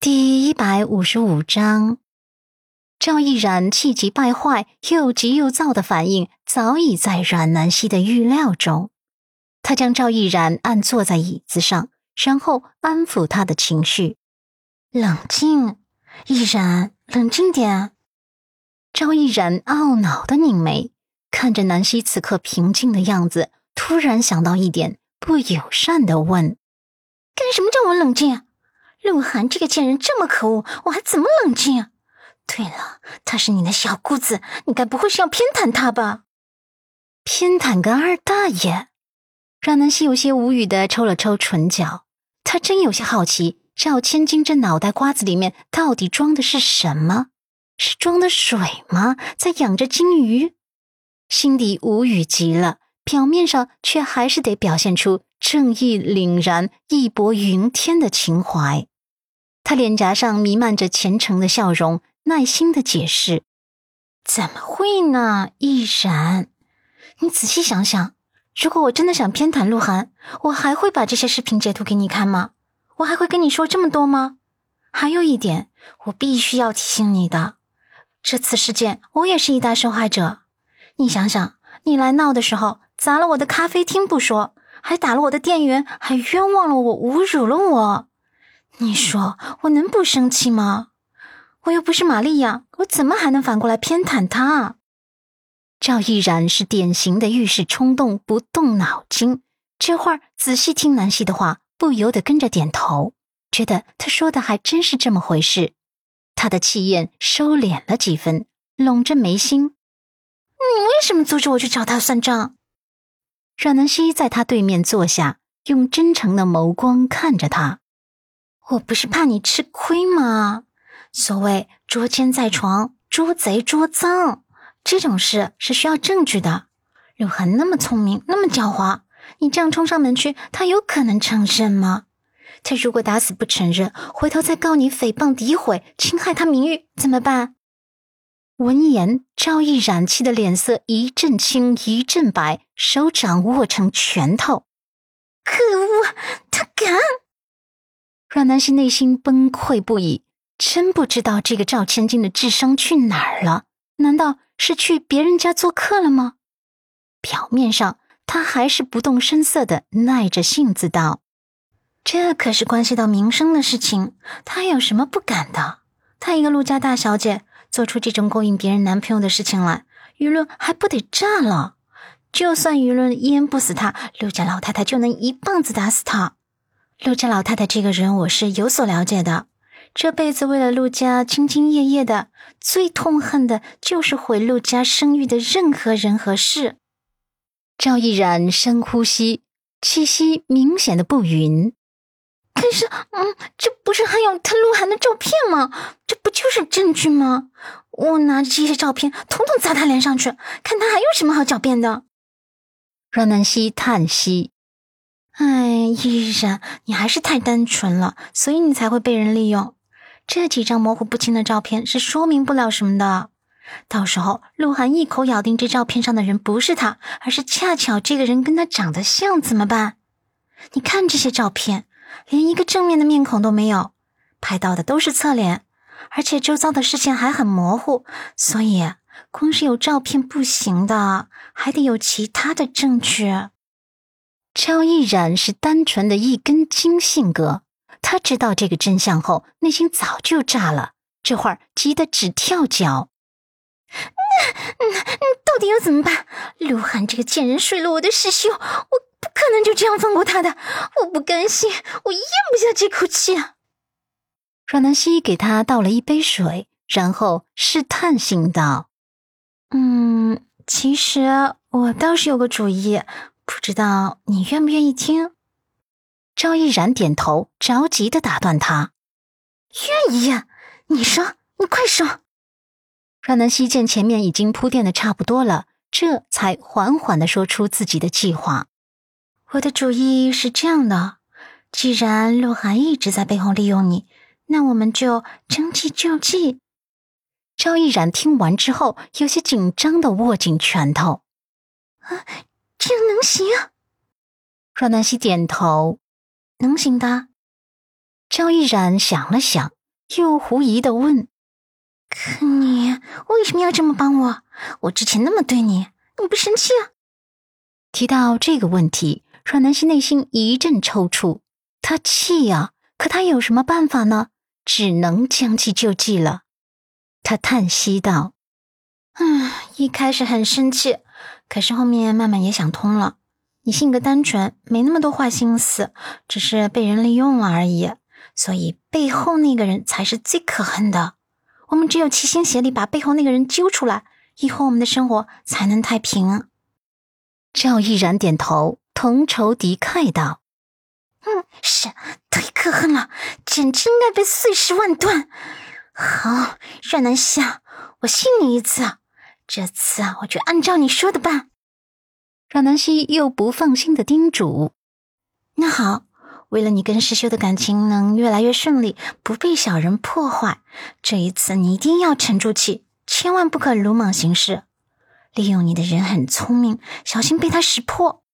第155章，赵毅然气急败坏又急又躁的反应早已在阮南希的预料中。他将赵毅然按坐在椅子上，然后安抚他的情绪。 冷静，毅然，冷静点。 赵毅然懊恼地拧眉，看着南希此刻平静的样子，突然想到一点，不友善地问： 干什么叫我冷静？鹿晗这个贱人这么可恶，我还怎么冷静？对了，他是你的小姑子，你该不会是要偏袒他吧？ 偏袒个二大爷！阮南希有些无语地抽了抽唇角，他真有些好奇，赵千金这脑袋瓜子里面到底装的是什么？是装的水吗？在养着金鱼？心底无语极了，表面上却还是得表现出正义凛然、义薄云天的情怀。他脸颊上弥漫着虔诚的笑容，耐心地解释： 怎么会呢，毅然？你仔细想想，如果我真的想偏袒鹿晗，我还会把这些视频截图给你看吗？我还会跟你说这么多吗？还有一点，我必须要提醒你的，这次事件我也是一大受害者。你想想，你来闹的时候砸了我的咖啡厅不说，还打了我的店员，还冤枉了我，侮辱了我。你说我能不生气吗？我又不是玛利亚，我怎么还能反过来偏袒他？ 赵毅然是典型的遇事冲动，不动脑筋。这会儿仔细听南希的话，不由得跟着点头，觉得他说的还真是这么回事。他的气焰收敛了几分，拢着眉心。 你为什么阻止我去找他算账？ 阮南希在他对面坐下，用真诚的眸光看着他。 我不是怕你吃亏吗？所谓捉奸在床，捉贼捉赃，这种事是需要证据的。鹿晗那么聪明，那么狡猾，你这样冲上门去，他有可能承认吗？他如果打死不承认，回头再告你诽谤诋毁，侵害他名誉，怎么办？ 闻言，赵毅然气的脸色一阵青一阵白，手掌握成拳头。 可恶，他敢！ 阮南希内心崩溃不已，真不知道这个赵千金的智商去哪儿了？难道是去别人家做客了吗？表面上他还是不动声色地耐着性子道： 这可是关系到名声的事情，他有什么不敢的？他一个陆家大小姐，做出这种勾引别人男朋友的事情来，舆论还不得炸了？就算舆论淹不死他，陆家老太太就能一棒子打死他。陆家老太太这个人我是有所了解的，这辈子为了陆家兢兢业业的，最痛恨的就是毁陆家声誉的任何人和事。 赵毅然深呼吸，气息明显的不匀。 可是这不是还有他鹿晗的照片吗？这不就是证据吗？我拿着这些照片统统砸他脸上去，看他还有什么好狡辩的。 阮南希叹息： 哎，毅然，你还是太单纯了，所以你才会被人利用。这几张模糊不清的照片是说明不了什么的。到时候鹿晗一口咬定这照片上的人不是他，而是恰巧这个人跟他长得像，怎么办？你看这些照片，连一个正面的面孔都没有，拍到的都是侧脸，而且周遭的视线还很模糊，所以光是有照片不行的，还得有其他的证据。 赵毅然是单纯的一根筋性格，他知道这个真相后，内心早就炸了，这会儿急得直跳脚。 到底要怎么办？鹿晗这个贱人睡了我的师兄，我不可能就这样放过他的，我不甘心，我咽不下这口气。 阮南希给他倒了一杯水，然后试探性道： 其实我倒是有个主意，不知道你愿不愿意听？ 赵毅然点头，着急地打断他： 愿意，你说，你快说。 阮南希见前面已经铺垫的差不多了，这才缓缓地说出自己的计划。 我的主意是这样的，既然鹿晗一直在背后利用你，那我们就将计就计。 赵毅然听完之后，有些紧张地握紧拳头。 这样能行？ 阮南希点头： 能行的。 赵毅然想了想， 又狐疑地问： 可你为什么要这么帮我？我之前那么对你，你不生气啊？ 提到这个问题，阮南希内心一阵抽搐。他气啊，可他有什么办法呢？只能将计就计了。他叹息道： 一开始很生气，可是后面慢慢也想通了。你性格单纯，没那么多坏心思，只是被人利用了而已。所以背后那个人才是最可恨的。我们只有齐心协力把背后那个人揪出来，以后我们的生活才能太平。 赵毅然点头，同仇敌忾道： 是，太可恨了，简直应该被碎尸万段。好，阮南希啊，我信你一次，这次啊，我就按照你说的办。 阮南希又不放心的叮嘱： 那好，为了你跟师兄的感情能越来越顺利，不被小人破坏，这一次你一定要沉住气，千万不可鲁莽行事。利用你的人很聪明，小心被他识破。